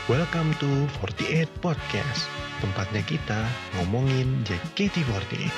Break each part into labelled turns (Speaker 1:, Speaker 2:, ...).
Speaker 1: Welcome to 48 Podcast. Tempatnya kita ngomongin JKT48.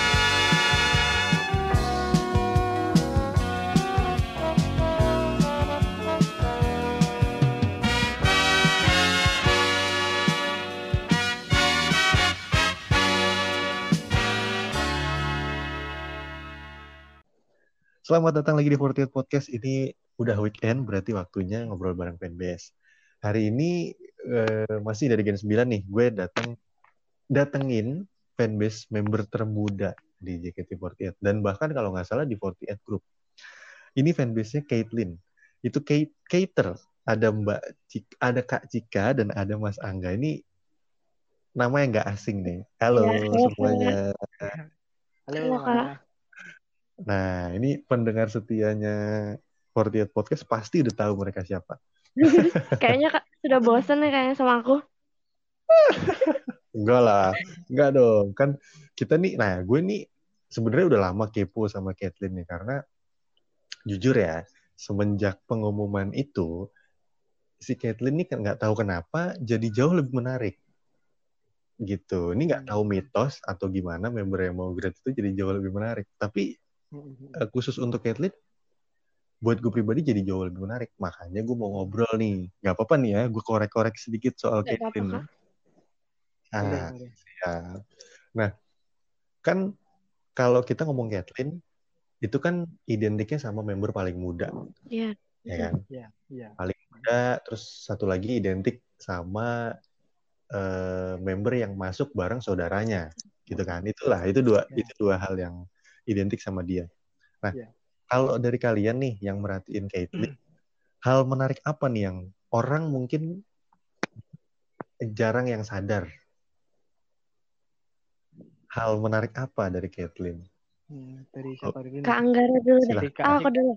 Speaker 1: Selamat datang lagi di 48 Podcast. Ini udah weekend, berarti waktunya ngobrol bareng fanbase. Hari ini masih dari Gen 9 nih, gue datengin fanbase member termuda di JKT48. Dan bahkan kalau nggak salah di 48 Group. Ini fanbase-nya Caitlyn. Itu Cater. Ada ada Kak Cika dan ada Mas Angga. Ini nama yang nggak asing nih. Halo
Speaker 2: Ya,
Speaker 1: semuanya.
Speaker 2: halo Kak.
Speaker 1: Nah, ini pendengar setianya 48 Podcast pasti udah tahu mereka siapa.
Speaker 2: Kayaknya Kak sudah bosan nih kayaknya sama aku.
Speaker 1: Enggak lah, enggak dong. Kan kita nih, nah gue nih sebenarnya udah lama kepo sama Caitlyn nih. Karena jujur ya, semenjak pengumuman itu, si Caitlyn nih kan nggak tahu kenapa jadi jauh lebih menarik. Gitu. Ini nggak tahu mitos atau gimana member yang mau grad itu jadi jauh lebih menarik. Tapi khusus untuk Caitlyn, buat gue pribadi jadi jauh lebih menarik. Makanya gue mau ngobrol nih. Gak apa-apa nih ya, gue korek-korek sedikit soal
Speaker 2: Gak apa-apa
Speaker 1: Caitlyn.
Speaker 2: Kak.
Speaker 1: Boleh. Siap. Nah, kan kalau kita ngomong Caitlyn, itu kan identiknya sama member paling muda.
Speaker 2: Iya.
Speaker 1: Ya kan?
Speaker 3: Iya.
Speaker 1: Paling muda, terus satu lagi identik sama member yang masuk bareng saudaranya. Gitu kan? Itu dua hal yang identik sama dia. Nah, kalau dari kalian nih yang merhatiin Caitlyn, hal menarik apa nih yang orang mungkin jarang yang sadar? Hal menarik apa dari Caitlyn?
Speaker 3: Dari siapa dulu nih?
Speaker 2: Kak Anggara dulu deh.
Speaker 1: Silakan.
Speaker 2: Aku dulu.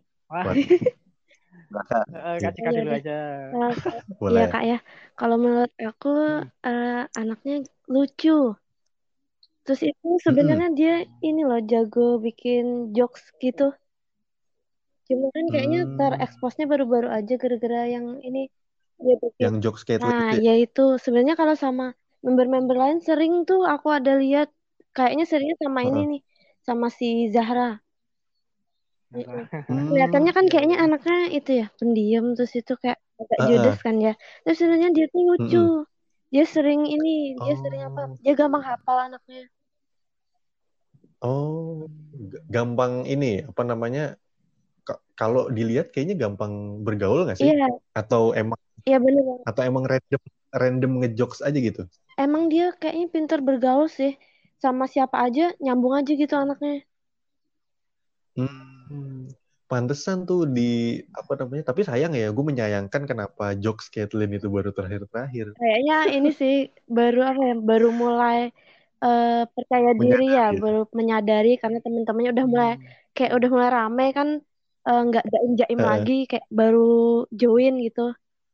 Speaker 3: Kak Cika dulu aja.
Speaker 2: Iya Kak ya. Kalau menurut aku anaknya lucu. Terus itu sebenarnya dia ini loh jago bikin jokes gitu. Cuma kan kayaknya tereksposnya baru-baru aja gara-gara yang ini dia bikin.
Speaker 1: Yang jokes Caitlyn
Speaker 2: Nah,
Speaker 1: itu ya?
Speaker 2: ya itu sebenarnya kalau sama member-member lain sering tuh aku ada lihat kayaknya seringnya sama ini nih, sama si Zahra. Kelihatannya kan kayaknya anaknya itu ya pendiam, terus itu kayak agak judes kan ya. Terus sebenarnya dia tuh lucu. Dia sering apa? Dia gampang hafal anaknya.
Speaker 1: Oh, gampang ini apa namanya? Kalau dilihat kayaknya gampang bergaul nggak sih?
Speaker 2: Iya.
Speaker 1: Atau emang?
Speaker 2: Iya benar.
Speaker 1: Atau emang random ngejokes aja gitu?
Speaker 2: Emang dia kayaknya pintar bergaul sih, sama siapa aja nyambung aja gitu anaknya.
Speaker 1: Pantesan tuh di apa namanya? Tapi sayang ya, gue menyayangkan kenapa jokes Caitlyn itu baru terakhir.
Speaker 2: Kayaknya ini sih baru mulai percaya diri ya, baru menyadari karena teman-temannya udah mulai rame kan, nggak jaim lagi, kayak baru join gitu.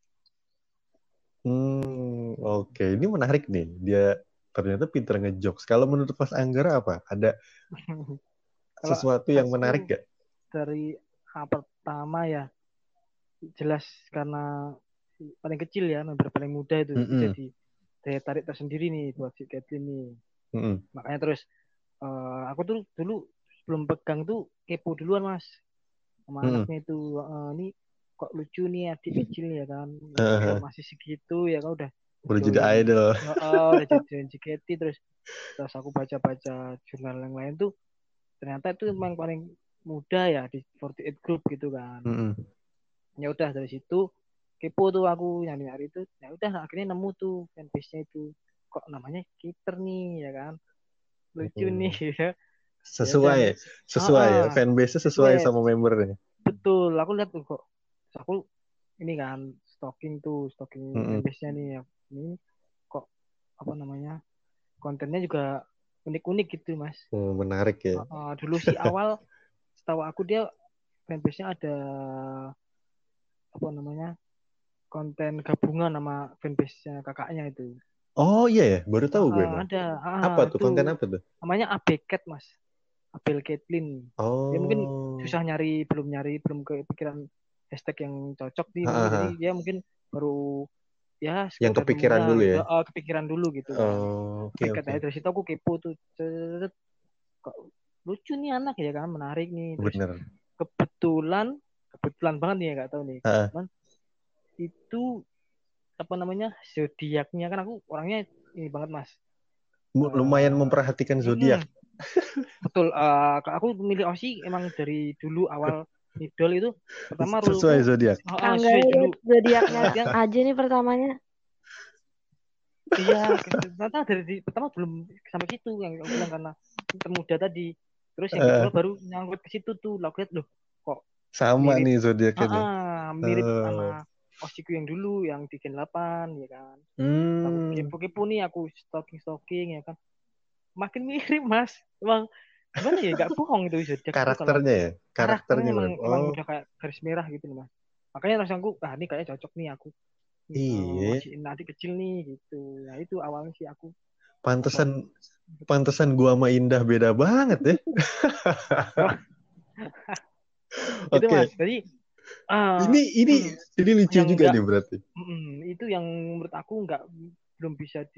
Speaker 1: Oke. Ini menarik nih. Dia ternyata pinter ngejokes. Kalau menurut Mas Anggara apa? Ada sesuatu yang menarik gak?
Speaker 3: Dari pertama ya, jelas karena paling kecil ya, member paling muda itu jadi daya tarik tersendiri nih buat si Caitlyn nih. Makanya terus aku tuh dulu sebelum pegang tuh kepo duluan Mas sama anaknya itu. Ini kok lucu nih adik kecil ya kan, masih segitu ya kan udah
Speaker 1: jadi idol.
Speaker 3: Udah jadi JKT. Terus aku baca-baca jurnal yang lain tuh ternyata itu memang paling muda ya di 48 Group gitu kan. Ya udah dari situ kepo tuh aku nyari-nyari itu. Ya udah akhirnya nemu tuh fanbase-nya itu. Kok namanya Cater nih ya kan. Lucu nih ya.
Speaker 1: Sesuai ya, fanbase-nya sesuai sama membernya.
Speaker 3: Betul, aku lihat tuh kok. Aku ini kan stalking fanbase-nya nih. Ini kok apa namanya? Kontennya juga unik-unik gitu, Mas.
Speaker 1: Menarik ya.
Speaker 3: Dulu sih awal setahu aku dia fanbase-nya ada apa namanya? Konten gabungan sama fanbase-nya kakaknya itu.
Speaker 1: Oh iya ya, baru tahu gue.
Speaker 3: Ada.
Speaker 1: Apa tuh konten apa tuh?
Speaker 3: Namanya Abecat, Mas. Abel Caitlyn. Dia mungkin susah belum kepikiran hashtag yang cocok nih. Jadi dia mungkin baru ya
Speaker 1: yang kepikiran dulu ya.
Speaker 3: Gitu. Kepikiran dulu gitu kan. Okay. Dari situ aku kepo tuh. Kok lucu nih anak ya kan, menarik nih. Terus
Speaker 1: Bener.
Speaker 3: kebetulan banget nih ya, nggak tahu nih. Cuman itu apa namanya, zodiaknya kan aku orangnya ini banget Mas.
Speaker 1: Lumayan memperhatikan zodiak.
Speaker 3: Betul. Aku milih Aussie emang dari dulu awal idol itu pertama
Speaker 1: sesuai zodiak.
Speaker 2: Sesuai dulu. Zodiaknya aja nih pertamanya.
Speaker 3: Iya, ternyata dari pertama belum sampai situ yang aku bilang karena termuda tadi. Terus yang kedua baru nyangkut ke situ tuh. Aku lihat loh, kok
Speaker 1: sama mirip, nih zodiaknya.
Speaker 3: Mirip sama Osiku yang dulu yang di Gen 8 ya kan. Aku kepo-kepo nih, aku stalking ya kan. Makin mirip Mas. Emang gimana ya, gak bohong itu zodiak.
Speaker 1: Karakternya ya?
Speaker 3: Karakternya emang udah kayak garis merah gitu loh Mas. Makanya langsung aku, ini kayaknya cocok nih aku.
Speaker 1: Iya.
Speaker 3: Nanti kecil nih gitu. Nah itu awalnya sih aku.
Speaker 1: Pantesan gua sama Indah beda banget ya.
Speaker 3: Itu Mas. Jadi
Speaker 1: ini lucu juga nih berarti.
Speaker 3: Itu yang menurut aku belum bisa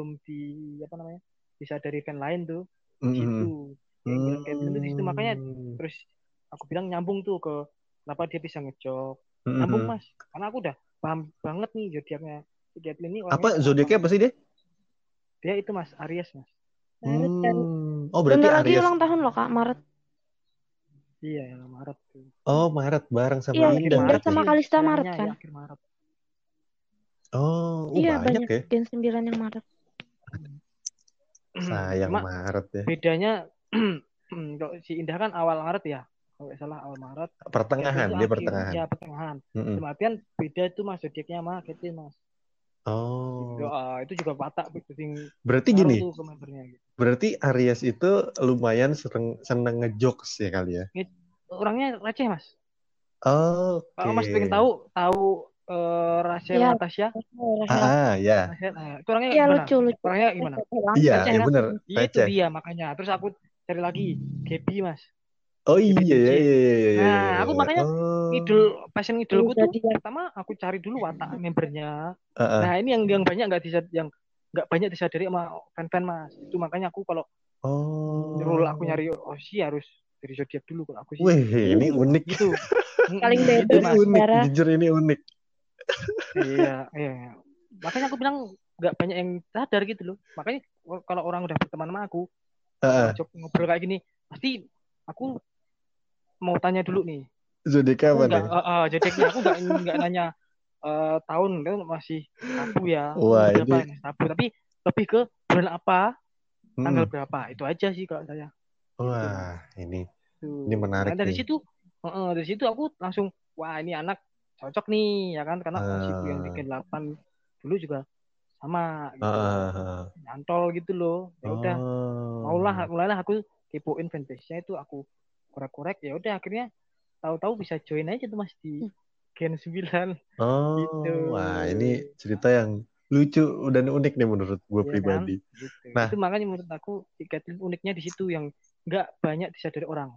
Speaker 3: bisa dari fan lain tuh di situ. Yang bilang Caitlyn itu di situ, makanya terus aku bilang nyambung tuh ke kenapa dia bisa ngejok. Nyambung Mas. Karena aku udah paham banget nih zodiaknya Caitlyn ini.
Speaker 1: Apa zodiaknya apa sih dia?
Speaker 3: Dia itu Mas, Aries Mas.
Speaker 1: Oh berarti
Speaker 2: bentar
Speaker 1: Aries.
Speaker 2: lagi ulang tahun loh Kak, Maret.
Speaker 3: Iya, Maret tuh.
Speaker 1: Oh, Maret bareng sama Indah.
Speaker 2: Maret sama Kalista Maret kan?
Speaker 3: Ya, akhir Maret.
Speaker 1: Oh,
Speaker 2: iya,
Speaker 1: banyak ya.
Speaker 2: Gen 9 yang Maret.
Speaker 1: Sayang Maret ya.
Speaker 3: Bedanya si Indah kan awal Maret ya. Kalau nggak salah awal Maret.
Speaker 1: Pertengahan, dia pertengahan.
Speaker 3: Ya, pertengahan. Kemudian beda itu Mas zodiaknya sama Caitlyn Mas.
Speaker 1: Oh.
Speaker 3: Gitu. Itu juga Batak.
Speaker 1: Berarti gini. Gitu. Berarti Aries itu lumayan seneng ngejokes ya kali ya.
Speaker 3: Orangnya receh Mas.
Speaker 1: Oh.
Speaker 3: Kalau Mas pengen tahu Rachel Natasha.
Speaker 1: Ya.
Speaker 3: Itu orangnya gimana?
Speaker 2: Lucu.
Speaker 3: Orangnya gimana?
Speaker 1: Iya, benar.
Speaker 3: Itu dia makanya. Terus aku cari lagi Gaby Mas.
Speaker 1: Oh iya.
Speaker 3: Nah, aku makanya passion idolku tuh pertama aku cari dulu watak membernya. Nah, ini yang banyak nggak banyak disadari sama fan-fan Mas. Itu makanya aku kalau aku nyari Aussie harus dari zodiak dulu kalau aku sih.
Speaker 1: Wih, ini unik.
Speaker 3: Gitu.
Speaker 2: Paling beda
Speaker 1: Mas. Unik, jujur ini unik.
Speaker 3: Iya. Makanya aku bilang nggak banyak yang sadar gitu loh. Makanya kalau orang udah berteman sama aku, ngobrol kayak gini, pasti aku mau tanya dulu nih.
Speaker 1: Zodiaknya apa nih?
Speaker 3: Zodiaknya aku nggak nanya tahun, itu masih tabu ya.
Speaker 1: Wah,
Speaker 3: berapa ini tabu, tapi lebih ke bulan apa, tanggal berapa, itu aja sih kalau saya.
Speaker 1: Wah, ini menarik.
Speaker 3: Nah, dari situ aku langsung, wah ini anak cocok nih ya kan, karena Osiku yang di Gen 8 dulu juga sama gitu. Nyantol gitu loh. Ya udah, mulailah aku kepoin fanbase-nya itu, aku korek-korek, ya udah akhirnya tahu-tahu bisa join aja tuh Mas di Gen 9.
Speaker 1: Gitu. Wah, ini cerita yang lucu dan unik nih menurut gue pribadi.
Speaker 3: Kan? Gitu. Nah, itu makanya menurut aku Caitlyn uniknya di situ yang nggak banyak disadari orang.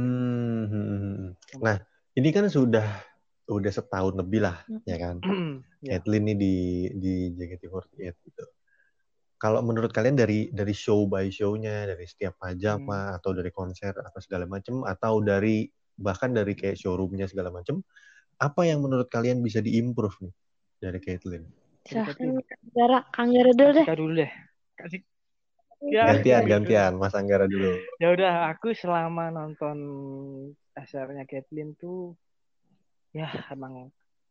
Speaker 1: Nah, ini kan sudah setahun lebih lah, ya kan? Caitlyn ini di JKT48 gitu. Kalau menurut kalian dari show by show-nya, dari setiap pajama atau dari konser atau segala macam, atau bahkan dari kayak showroom-nya segala macam, apa yang menurut kalian bisa diimprove nih dari Caitlyn?
Speaker 2: Kang Gara dulu deh.
Speaker 3: Kasih.
Speaker 1: Gantian, Mas Anggara dulu.
Speaker 3: Ya udah, aku selama nonton dasarnya Caitlyn tuh, ya emang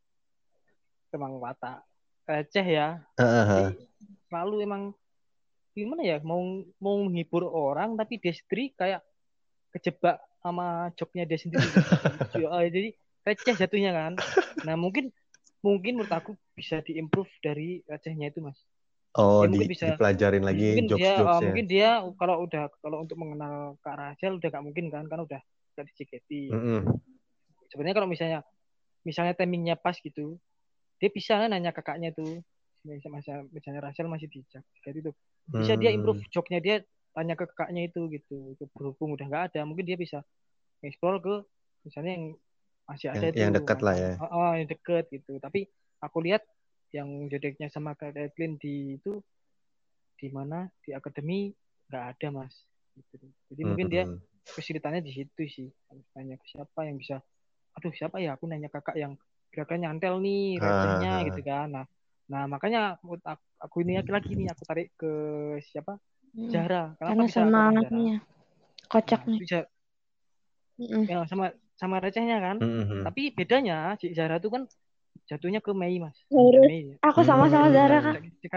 Speaker 3: watak receh ya. Jadi selalu emang gimana ya, mau menghibur orang tapi dia sendiri kayak kejebak sama joknya dia sendiri. Jadi receh jatuhnya kan. Nah mungkin menurut aku bisa diimprove dari recehnya itu Mas.
Speaker 1: Mungkin bisa dipelajarin lagi jokes-jokesnya.
Speaker 3: Mungkin dia kalau untuk mengenal Kak Rachel udah gak mungkin kan udah di JKT. Sebenarnya kalau misalnya timingnya pas gitu, dia bisa nanya kakaknya tuh, misalnya Rachel masih di JKT itu, bisa dia improve joknya, dia tanya ke kakaknya itu gitu. Berhubung udah nggak ada, mungkin dia bisa explore ke misalnya yang masih ada
Speaker 1: yang dekat lah ya.
Speaker 3: Yang dekat gitu. Tapi aku lihat yang jodeknya sama Caitlyn di itu di mana di akademi nggak ada mas. Gitu. Jadi mungkin dia kesulitannya di situ sih. Harus tanya ke siapa yang bisa. Aduh siapa ya? Aku nanya kakak yang gerakan nyantel nih recehnya gitu kan. Nah makanya aku ini lagi nih aku tarik ke siapa? Zahra. Kenapa
Speaker 2: karena
Speaker 3: bisa
Speaker 2: sama
Speaker 3: aku
Speaker 2: anaknya kocaknya.
Speaker 3: Ya, sama recehnya kan. Tapi bedanya si Zahra tuh kan jatuhnya ke Mei mas.
Speaker 2: Mei, ya. Aku sama-sama Zahra kan.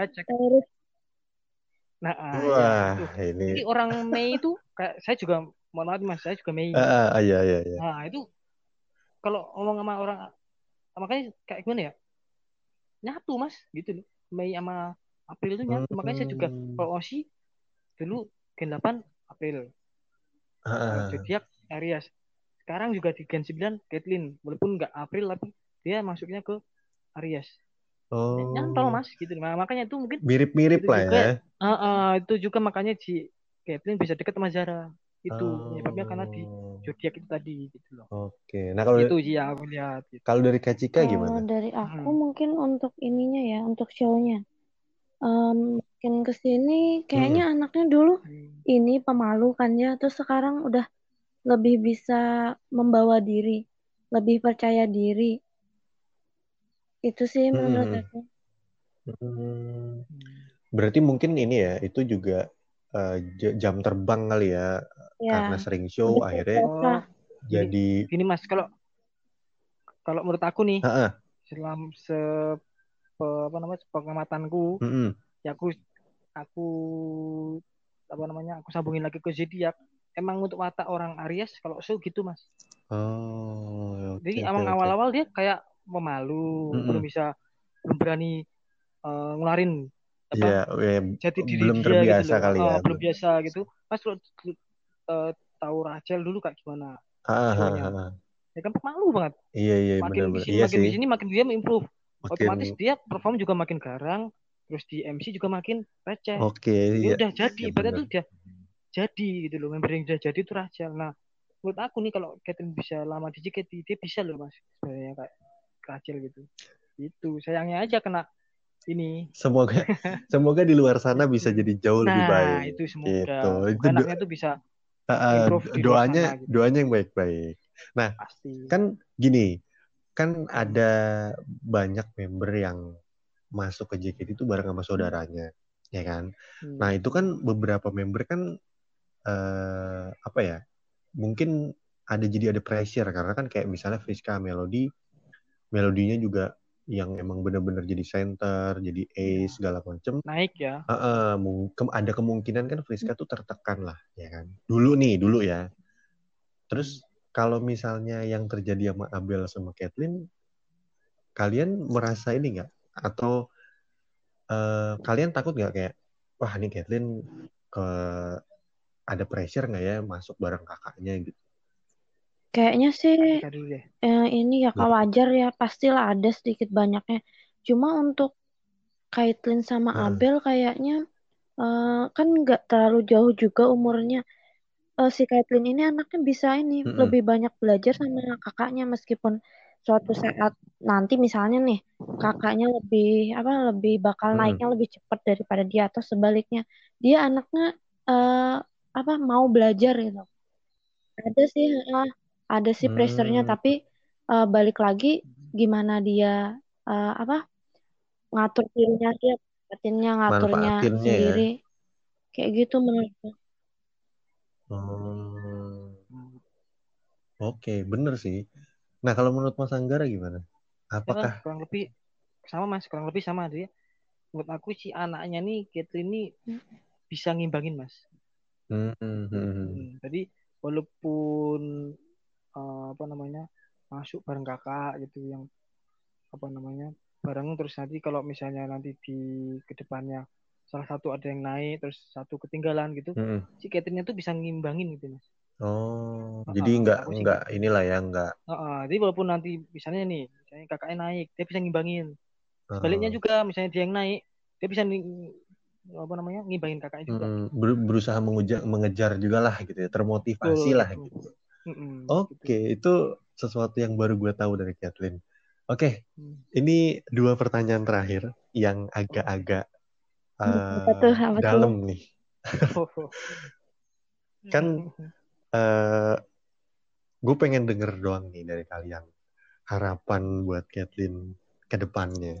Speaker 3: Nah,
Speaker 1: wah,
Speaker 3: itu.
Speaker 1: ini.
Speaker 3: Jadi orang Mei itu kayak saya juga mohon maaf mas, saya juga Mei.
Speaker 1: Iya.
Speaker 3: Nah, itu kalau ngomong sama orang makanya kayak gimana ya? Nyatu mas, gitu loh. Mei sama April itu nyatu. Makanya saya juga kalau Osi dulu Gen 8 April. Zodiac Aries. Sekarang juga di Gen 9 Caitlyn. Walaupun nggak April tapi dia masuknya ke Aries. Nyantol mas gitu. Nah, makanya itu mungkin
Speaker 1: mirip-mirip lah
Speaker 3: juga,
Speaker 1: ya.
Speaker 3: Itu juga makanya si Caitlyn bisa dekat sama Zara. Itu penyebabnya karena di zodiak itu tadi gitu loh.
Speaker 1: Oke. Nah kalau
Speaker 3: itu sih yang aku lihat. Gitu.
Speaker 1: Kalau dari Kak Cika gimana?
Speaker 2: Kalau dari aku mungkin untuk ininya ya, untuk show-nya. Makin kesini kayaknya anaknya dulu ini pemalu kan ya, terus sekarang udah lebih bisa membawa diri, lebih percaya diri. Itu sih menurut aku.
Speaker 1: Berarti mungkin ini ya, itu juga jam terbang kali ya, karena sering show akhirnya jadi.
Speaker 3: Gini mas, kalau menurut aku nih, selama pengamatanku, ya aku aku sambungin lagi ke zodiak. Emang untuk watak orang Aries kalau show gitu mas. Jadi emang awal-awal dia kayak pemalu, belum berani ngeluarin jati diri
Speaker 1: belum
Speaker 3: dia
Speaker 1: terbiasa
Speaker 3: gitu loh.
Speaker 1: kali ya.
Speaker 3: Belum biasa gitu. Mas tahu Rachel dulu kayak gimana show-nya. Ya kan malu banget.
Speaker 1: Iya
Speaker 3: makin di sini makin dia improve. Otomatis dia perform juga makin garang, terus di MC juga makin receh. Dia udah jadi, ibaratnya tuh dia jadi gitu loh. Member yang udah jadi itu Rachel. Nah, menurut aku nih kalau Caitlyn bisa lama di JKT, dia bisa loh mas sebenarnya kayak Rachel gitu. Itu sayangnya aja kena ini.
Speaker 1: Semoga di luar sana bisa jadi jauh lebih baik.
Speaker 3: Nah, itu semoga. Anaknya tuh bisa
Speaker 1: doanya yang baik-baik. Nah, pasti. Kan gini, kan ada banyak member yang masuk ke JKT itu bareng sama saudaranya, ya kan? Nah, itu kan beberapa member kan apa ya? Mungkin ada pressure karena kan kayak misalnya Friska melodinya juga yang emang benar-benar jadi center, jadi ace segala macem.
Speaker 3: Naik ya.
Speaker 1: Ada kemungkinan kan Friska tuh tertekan lah, ya kan. Dulu ya. Terus kalau misalnya yang terjadi sama Abel sama Caitlyn, kalian merasa ini nggak? Atau kalian takut nggak kayak, wah ini Caitlyn ada pressure nggak ya masuk bareng kakaknya gitu?
Speaker 2: Kayaknya sih ini ya wajar ya, pastilah ada sedikit banyaknya. Cuma untuk Caitlyn sama Abel kayaknya kan nggak terlalu jauh juga umurnya. Si Caitlyn ini anaknya bisa ini lebih banyak belajar sama kakaknya, meskipun suatu saat nanti misalnya nih kakaknya lebih bakal naiknya lebih cepat daripada dia, atau sebaliknya dia anaknya mau belajar gitu. Ada sih pressure-nya, tapi balik lagi gimana dia ngatur dirinya, dia ngaturnya sendiri ya. Kayak gitu menurutku.
Speaker 1: Oke, bener sih. Nah, kalau menurut Mas Anggara gimana? Apakah
Speaker 3: kurang lebih sama mas, kurang lebih sama dia. Menurut aku si anaknya nih Caitlyn ini bisa ngimbangin mas. Jadi walaupun masuk bareng kakak gitu yang bareng, terus nanti kalau misalnya nanti di kedepannya salah satu ada yang naik terus satu ketinggalan gitu, si Caitlyn tuh bisa ngimbangin gitu mas.
Speaker 1: Jadi nggak inilah ya nggak.
Speaker 3: Jadi walaupun nanti misalnya kakaknya naik, dia bisa ngimbangin. Sebaliknya juga misalnya dia yang naik, dia bisa ngimbangin kakaknya juga.
Speaker 1: Berusaha mengejar juga lah gitu ya, termotivasi lah gitu. Oke, itu sesuatu yang baru gue tahu dari Caitlyn. Oke, ini 2 pertanyaan terakhir yang agak-agak
Speaker 2: Apa tuh?
Speaker 1: dalam nih. Kan gue pengen denger doang nih dari kalian harapan buat Kathleen ke depannya.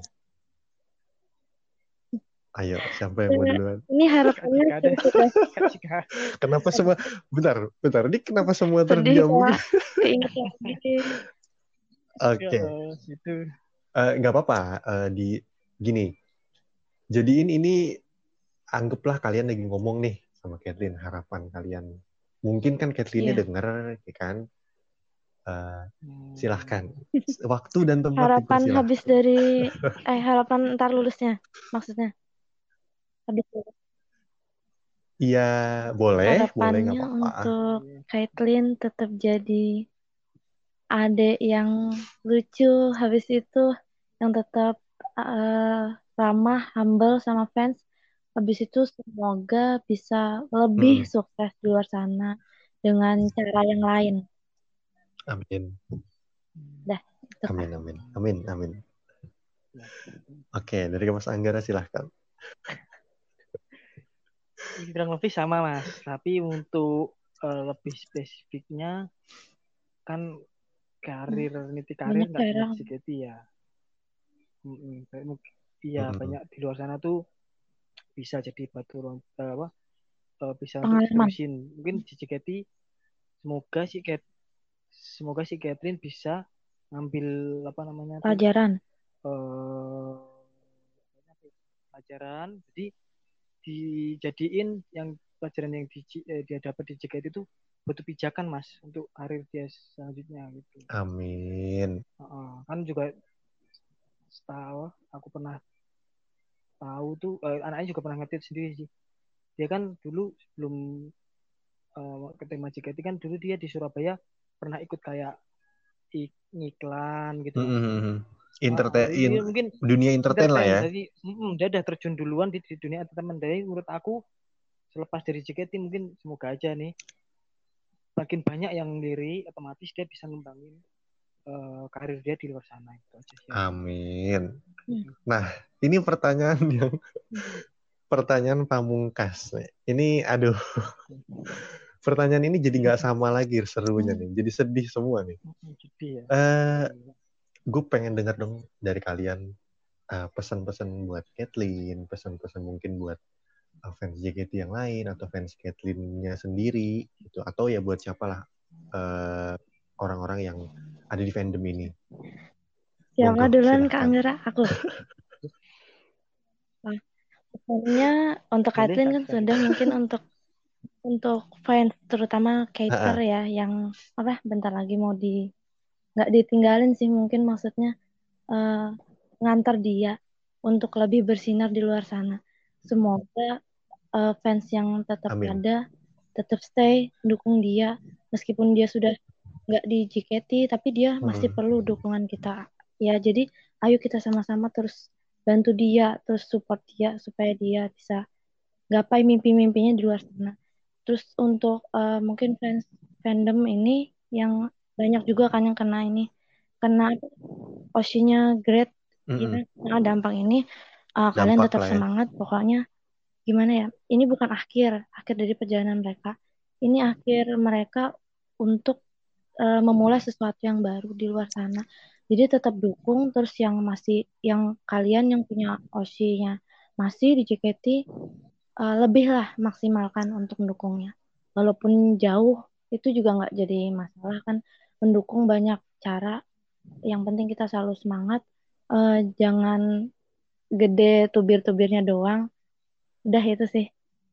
Speaker 1: Ayo, siapa yang mau duluan?
Speaker 2: Ini harapannya sudah.
Speaker 1: Kenapa semua? Bentar. Ini kenapa semua
Speaker 2: sedih
Speaker 1: terdiam?
Speaker 2: Keinget lagi.
Speaker 1: Oke. Nggak apa-apa. Gini. Jadiin ini, anggaplah kalian lagi ngomong nih sama Kathleen, harapan kalian. Mungkin kan Kathleen-nya denger, ya kan? Silahkan. Waktu dan tempat
Speaker 2: harapan
Speaker 1: dipersilahkan.
Speaker 2: habis dari harapan ntar lulusnya maksudnya. Habis lulus.
Speaker 1: Iya, boleh nggak
Speaker 2: Harapannya
Speaker 1: apa-apa.
Speaker 2: untuk Kathleen tetap jadi adik yang lucu, habis itu yang tetap ramah, humble sama fans. Habis itu semoga bisa lebih sukses di luar sana dengan cara yang lain.
Speaker 1: Amin.
Speaker 2: Dah, itu
Speaker 1: Amin. Oke, dari Mas Anggara silahkan.
Speaker 3: Kurang lebih sama Mas, tapi untuk lebih spesifiknya kan niti karir nggak cuma di JKT ya. Banyak di luar sana tuh bisa jadi batu bisa untuk diterusin. Mungkin di JKT semoga si Catherine bisa ngambil
Speaker 2: pelajaran.
Speaker 3: Pelajaran, jadi dijadiin yang pelajaran yang dia dapat di JKT itu butuh pijakan Mas untuk karir dia selanjutnya gitu.
Speaker 1: Amin.
Speaker 3: Kan juga setahu aku pernah tahu tuh anaknya juga pernah ngerti sendiri sih. Dia kan dulu sebelum ketemu JKT kan dulu dia di Surabaya pernah ikut kayak iklan gitu.
Speaker 1: Mungkin dunia entertain lah ya.
Speaker 3: Jadi dia udah terjun duluan di dunia entertainment. Jadi menurut aku selepas dari JKT mungkin semoga aja nih makin banyak yang lirik, otomatis dia bisa ngembangin karir dia di luar sana itu aja sih.
Speaker 1: Amin. Nah, ini pertanyaan pamungkas nih. Ini aduh. Pertanyaan ini jadi nggak sama lagi serunya nih. Jadi sedih semua nih. Gue pengen dengar dong dari kalian pesan-pesan buat Kathleen, pesan-pesan mungkin buat fans JKT yang lain atau fans Kathleen-nya sendiri gitu, atau ya buat siapalah orang-orang yang ada di fandom ini.
Speaker 2: Siapa duluan Kak Anggara? Aku. Pesannya untuk Kathleen kan sudah, mungkin untuk fans terutama cater ya yang bentar lagi mau nggak ditinggalin sih, mungkin maksudnya ngantar dia untuk lebih bersinar di luar sana. Semoga fans yang tetap ada tetap stay dukung dia meskipun dia sudah nggak di JKT, tapi dia masih perlu dukungan kita ya. Jadi ayo kita sama-sama terus bantu dia, terus support dia supaya dia bisa gapai mimpi-mimpinya di luar sana. Terus untuk mungkin fandom ini yang banyak juga kan yang kena Oshinya great ya, dampak ini kalian tetap semangat pokoknya. Gimana ya, ini bukan akhir dari perjalanan mereka, ini akhir mereka untuk memulai sesuatu yang baru di luar sana. Jadi tetap dukung, terus yang kalian yang punya Oshi-nya masih di JKT, lebih lah maksimalkan untuk mendukungnya. Walaupun jauh itu juga nggak jadi masalah kan, mendukung banyak cara. Yang penting kita selalu semangat, jangan gede tubir-tubirnya doang. Udah itu sih.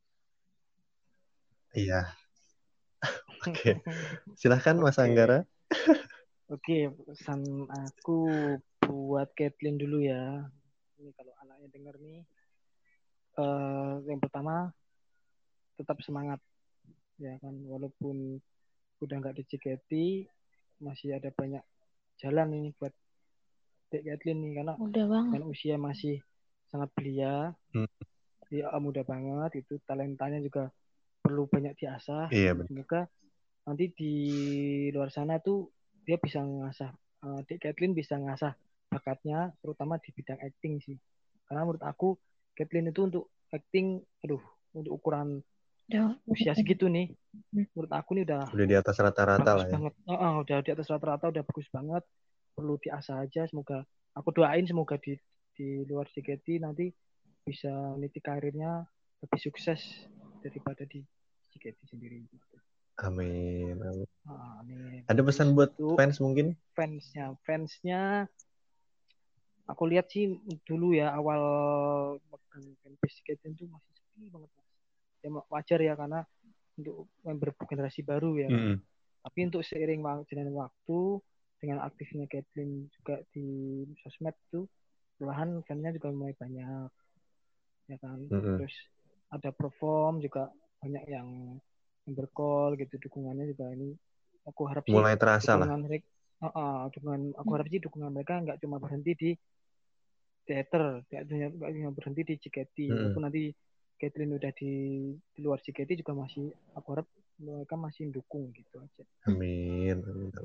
Speaker 1: Iya. Oke. Silahkan Mas Anggara.
Speaker 3: Oke, pesan aku buat Kathleen dulu ya. Ini kalau anaknya denger nih, yang pertama tetap semangat ya kan, walaupun udah nggak di JKT masih ada banyak jalan ini buat Dek Kathleen nih, karena dengan usia masih sangat belia, dia muda banget, itu talentanya juga perlu banyak diasah. Semoga nanti di luar sana tuh dia bisa ngasah, Dek Kathleen bisa ngasah bakatnya, terutama di bidang acting sih. Karena menurut aku Caitlyn itu untuk acting, untuk ukuran usia segitu nih, menurut aku nih udah
Speaker 1: di atas rata-rata
Speaker 3: bagus
Speaker 1: lah ya.
Speaker 3: banget. Udah di atas rata-rata, udah bagus banget. Perlu diasah aja. Semoga aku doain semoga di luar JKT nanti bisa meniti karirnya lebih sukses daripada di JKT sendiri.
Speaker 1: Amin.
Speaker 3: Amin.
Speaker 1: Ada pesan buat fans mungkin?
Speaker 3: Fansnya, aku lihat sih dulu ya awal megang fanbase JKT itu masih sepi banget. Ya wajar ya karena untuk member generasi baru ya. Tapi untuk seiring jalan waktu dengan aktifnya Caitlyn juga di sosmed tuh, perlahan fansnya juga mulai banyak, ya kan. Terus ada perform juga banyak yang bercall gitu, dukungannya juga ini. Aku harap sih
Speaker 1: mulai terasa lah.
Speaker 3: Aku harap sih dukungan mereka nggak cuma berhenti di teater, nggak cuma berhenti di JKT. Walaupun nanti Caitlyn udah di luar JKT juga masih, aku harap mereka masih dukung gitu aja.
Speaker 1: Amin.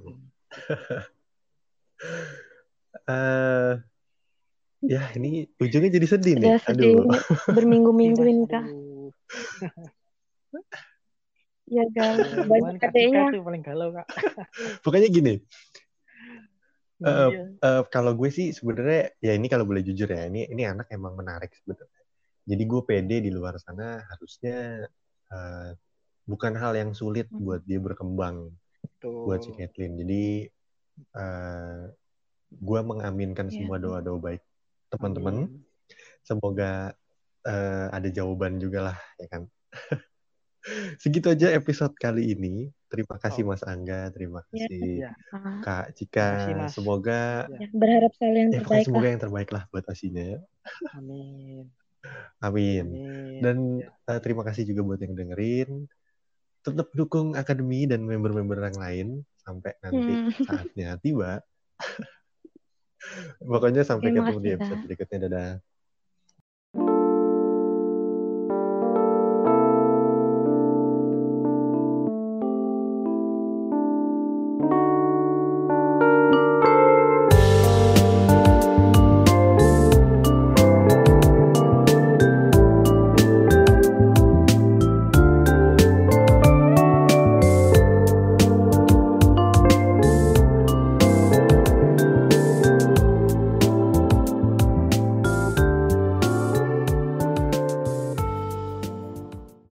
Speaker 1: Ya ini ujungnya jadi sedih nih.
Speaker 2: Aduh. Berminggu-minggu ini Kak. Ya kan, banyak adanya.
Speaker 3: Tuh paling galau Kak.
Speaker 1: Pokoknya gini. Kalau gue sih sebenarnya ya ini kalau boleh jujur ya, ini anak emang menarik sebenarnya. Jadi gue pede di luar sana harusnya bukan hal yang sulit buat dia berkembang. Buat si Caitlyn. Jadi gue mengaminkan semua doa-doa baik teman-teman. Semoga ada jawaban juga lah, ya kan. Segitu aja episode kali ini. Terima kasih Mas Angga, terima kasih Kak Cika. Semoga
Speaker 2: berharap selalu yang terbaik.
Speaker 1: Semoga yang terbaik lah buat Asinya. Amin. Dan terima kasih juga buat yang dengerin. Tetap dukung Akademi dan member-member yang lain sampai nanti saatnya tiba. Pokoknya sampai ketemu di episode berikutnya. Dadah.